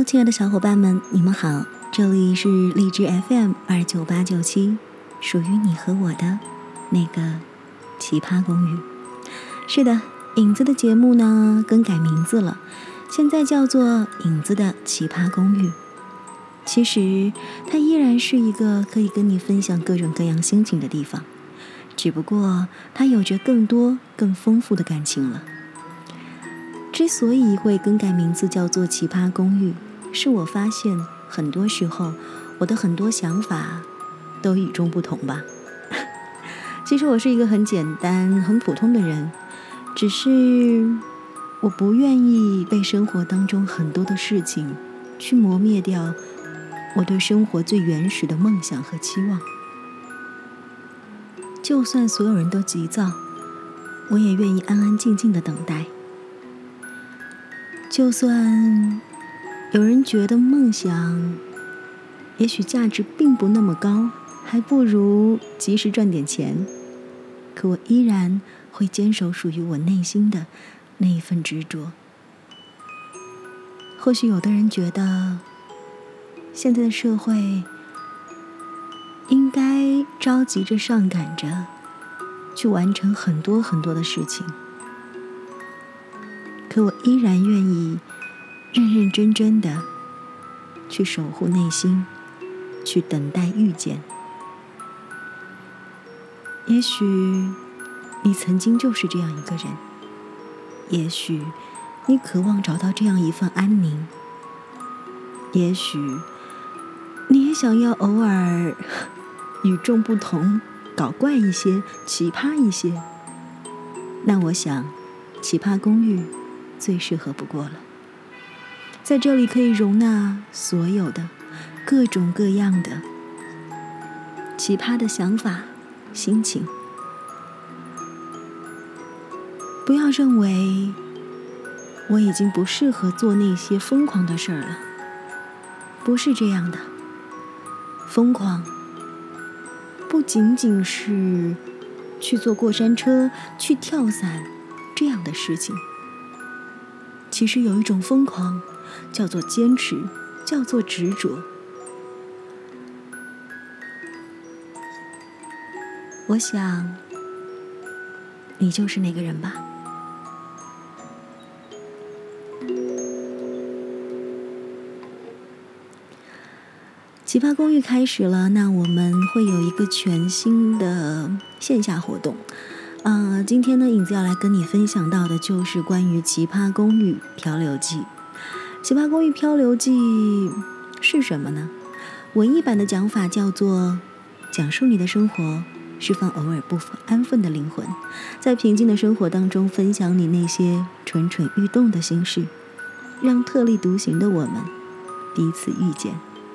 亲爱的小伙伴们，你们好，这里是荔枝 FM29897，属于你和我的那个奇葩公寓。是的，影子的节目呢更改名字了，现在叫做影子的奇葩公寓。其实它依然是一个可以跟你分享各种各样心情的地方，只不过它有着更多更丰富的感情了。之所以会更改名字叫做奇葩公寓，是我发现很多时候我的很多想法都与众不同吧。其实我是一个很简单很普通的人，只是我不愿意被生活当中很多的事情去磨灭掉我对生活最原始的梦想和期望。就算所有人都急躁，我也愿意安安静静的等待。就算有人觉得梦想也许价值并不那么高，还不如及时赚点钱，可我依然会坚守属于我内心的那一份执着。或许有的人觉得现在的社会应该着急着上赶着去完成很多很多的事情，可我依然愿意认认真真的去守护内心，去等待遇见。也许你曾经就是这样一个人，也许你渴望找到这样一份安宁，也许你也想要偶尔与众不同，搞怪一些，奇葩一些。那我想奇葩公寓最适合不过了，在这里可以容纳所有的各种各样的奇葩的想法心情。不要认为我已经不适合做那些疯狂的事儿了，不是这样的。疯狂不仅仅是去坐过山车，去跳伞这样的事情，其实有一种疯狂叫做坚持，叫做执着。我想你就是那个人吧。奇葩公寓开始了，那我们会有一个全新的线下活动。今天呢，影子要来跟你分享到的就是关于奇葩公寓漂流记。奇葩公寓漂流记是什么呢？文艺版的讲法叫做讲述你的生活，释放偶尔不安分的灵魂，在平静的生活当中分享你那些蠢蠢欲动的心事，让特立独行的我们彼此遇见。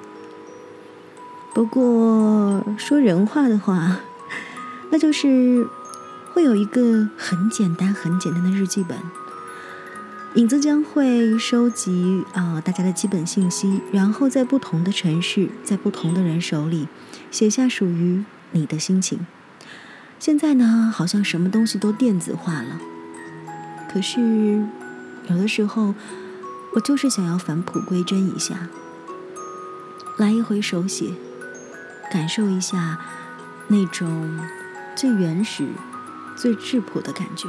不过说人话的话，那就是会有一个很简单的日记本。影子将会收集大家的基本信息，然后在不同的城市，在不同的人手里写下属于你的心情。现在呢，好像什么东西都电子化了，可是有的时候我就是想要返璞归真一下，来一回手写，感受一下那种最原始最质朴的感觉。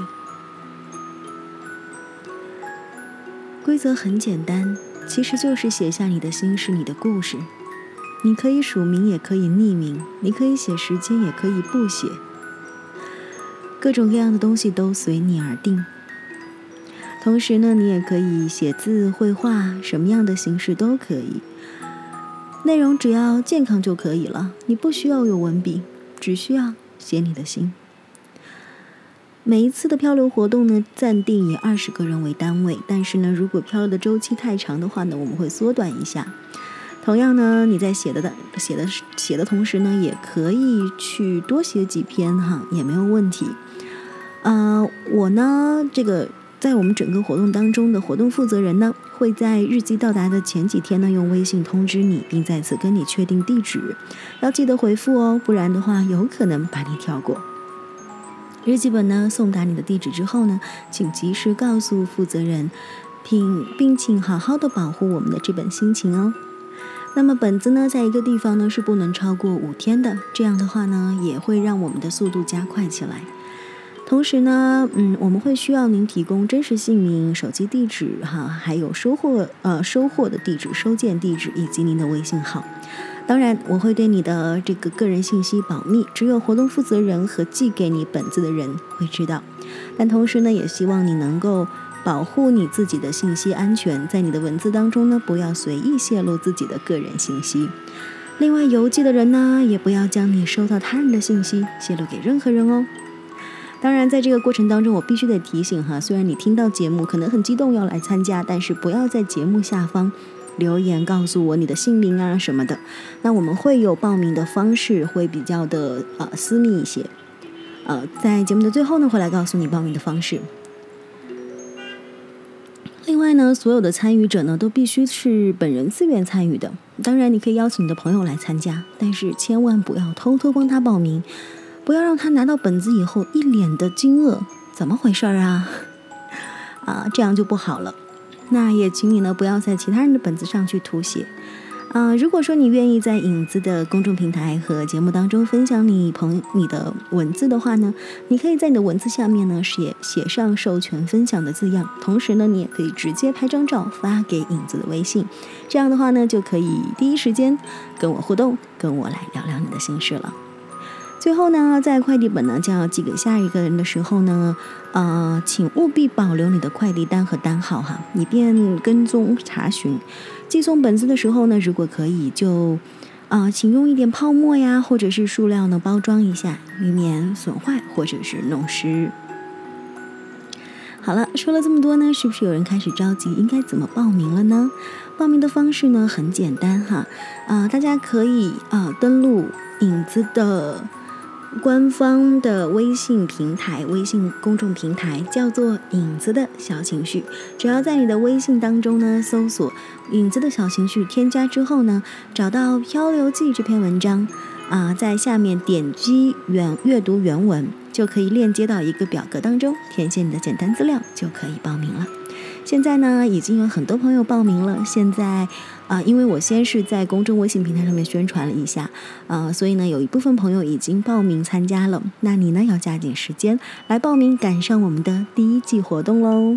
规则很简单，其实就是写下你的心事，你的故事。你可以署名，也可以匿名，你可以写时间，也可以不写，各种各样的东西都随你而定。同时呢，你也可以写字绘画，什么样的形式都可以，内容只要健康就可以了，你不需要有文笔，只需要写你的心。每一次的漂流活动呢，暂定以20个人为单位，但是呢，如果漂流的周期太长的话呢，我们会缩短一下。同样呢，你在写的同时呢，也可以去多写几篇也没有问题。我呢，在我们整个活动当中的活动负责人呢，会在日记到达的前几天呢，用微信通知你，并在此跟你确定地址，要记得回复哦，不然的话有可能把你跳过。日记本呢送达你的地址之后呢，请及时告诉负责人并请好好的保护我们的这本心情哦。那么本子呢，在一个地方呢是不能超过5天的，这样的话呢，也会让我们的速度加快起来。同时呢，我们会需要您提供真实姓名、手机地址还有收货的地址、收件地址以及您的微信号。当然，我会对你的这个个人信息保密，只有活动负责人和寄给你本子的人会知道。但同时呢，也希望你能够保护你自己的信息安全，在你的文字当中呢，不要随意泄露自己的个人信息。另外，邮寄的人呢，也不要将你收到他人的信息泄露给任何人哦。当然，在这个过程当中，我必须得提醒虽然你听到节目可能很激动要来参加，但是不要在节目下方留言告诉我你的姓名什么的。那我们会有报名的方式，会比较的私密一些。在节目的最后呢，会来告诉你报名的方式。另外呢，所有的参与者呢，都必须是本人自愿参与的。当然，你可以邀请你的朋友来参加，但是千万不要偷偷帮他报名。不要让他拿到本子以后一脸的惊愕，怎么回事啊？这样就不好了。那也请你呢不要在其他人的本子上去涂写。如果说你愿意在影子的公众平台和节目当中分享你的文字的话呢，你可以在你的文字下面呢写上授权分享的字样，同时呢你也可以直接拍张照发给影子的微信，这样的话呢就可以第一时间跟我互动，跟我来聊聊你的心事了。最后呢，在快递本呢将要寄给下一个人的时候呢，请务必保留你的快递单和单号以便跟踪查询。寄送本子的时候呢，如果可以就请用一点泡沫呀，或者是塑料呢包装一下，以免损坏或者是弄湿。好了，说了这么多呢，是不是有人开始着急应该怎么报名了呢？报名的方式呢很简单大家可以登录影子的官方的微信公众平台，叫做影子的小情绪。只要在你的微信当中呢搜索影子的小情绪，添加之后呢，找到漂流记这篇文章在下面点击阅读原文，就可以链接到一个表格当中，填写你的简单资料就可以报名了。现在呢已经有很多朋友报名了，现在因为我先是在公众微信平台上面宣传了一下所以呢有一部分朋友已经报名参加了，那你呢要加紧时间来报名，赶上我们的第1季活动喽。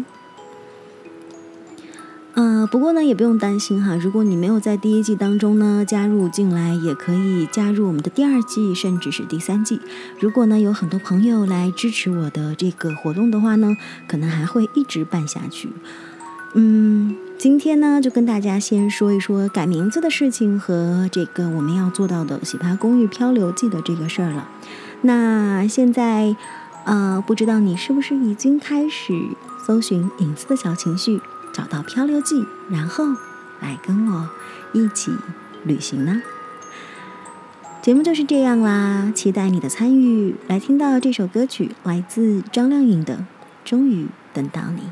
不过呢也不用担心如果你没有在第1季当中呢加入进来，也可以加入我们的第2季甚至是第3季。如果呢有很多朋友来支持我的这个活动的话呢，可能还会一直办下去。今天呢就跟大家先说一说改名字的事情和这个我们要做到的喜爬公寓漂流记的这个事儿了。那现在不知道你是不是已经开始搜寻影子的小情绪，找到漂流记，然后来跟我一起旅行呢？节目就是这样啦，期待你的参与。来听到这首歌曲，来自张靓颖的《终于等到你》。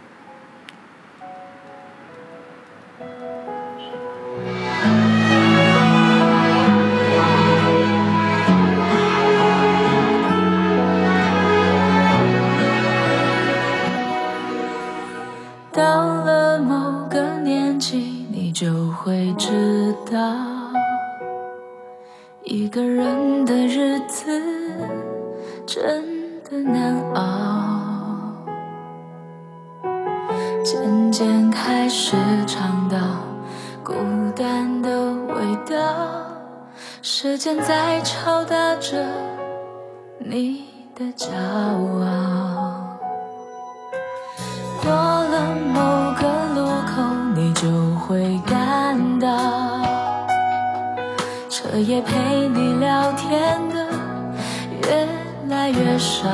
到了某个年纪，你就会知道，一个人的日子真的难熬，渐渐开始尝到孤单的味道，时间在敲打着你的骄傲。过了某个路口，你就会感到，彻夜陪你聊天的越来越少，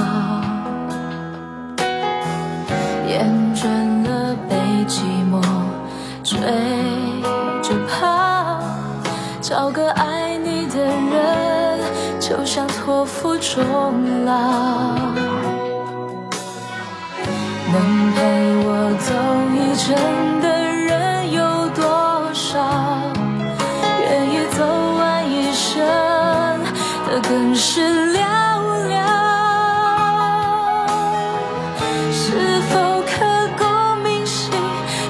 厌倦了被寂寞追着跑，找个爱你的人就像托付终老，能陪我走一程的人有多少？愿意走完一生的更是寥寥。是否刻骨铭心，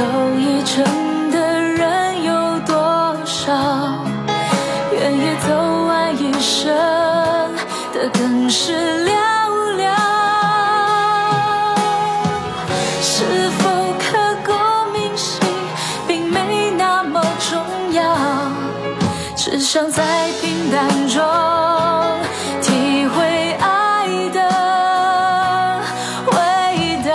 走一程的人有多少？愿意走完一生的更是寥寥。是否刻骨铭心并没那么重要，只想在平淡中体会爱的味道。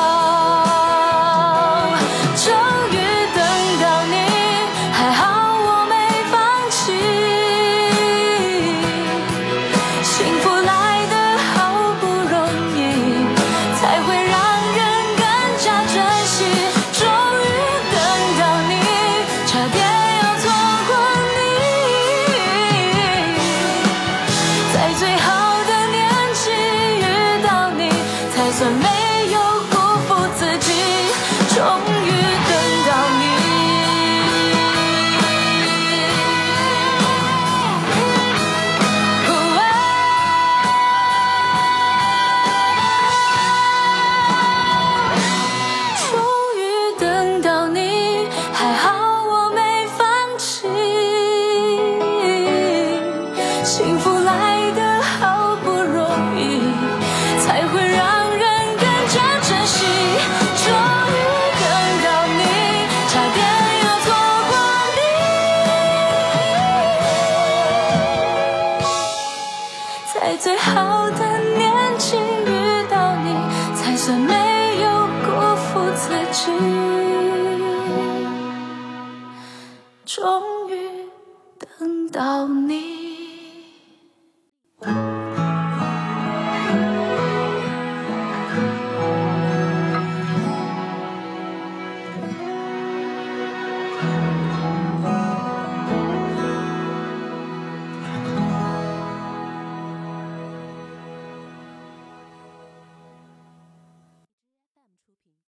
终于等到你，还好我没放弃。幸福来得好不容易，才会让人更加珍惜。终于等到你，差点要错过你，在最好的年纪遇到你，才算没有辜负自己。终于等到你，终于等到你，还好我没放弃。幸福来得好不容易，才会让人更加珍惜。终于等到你，差点要错过你，在最好的年纪遇到你，才算没有辜负自己。终于等到你。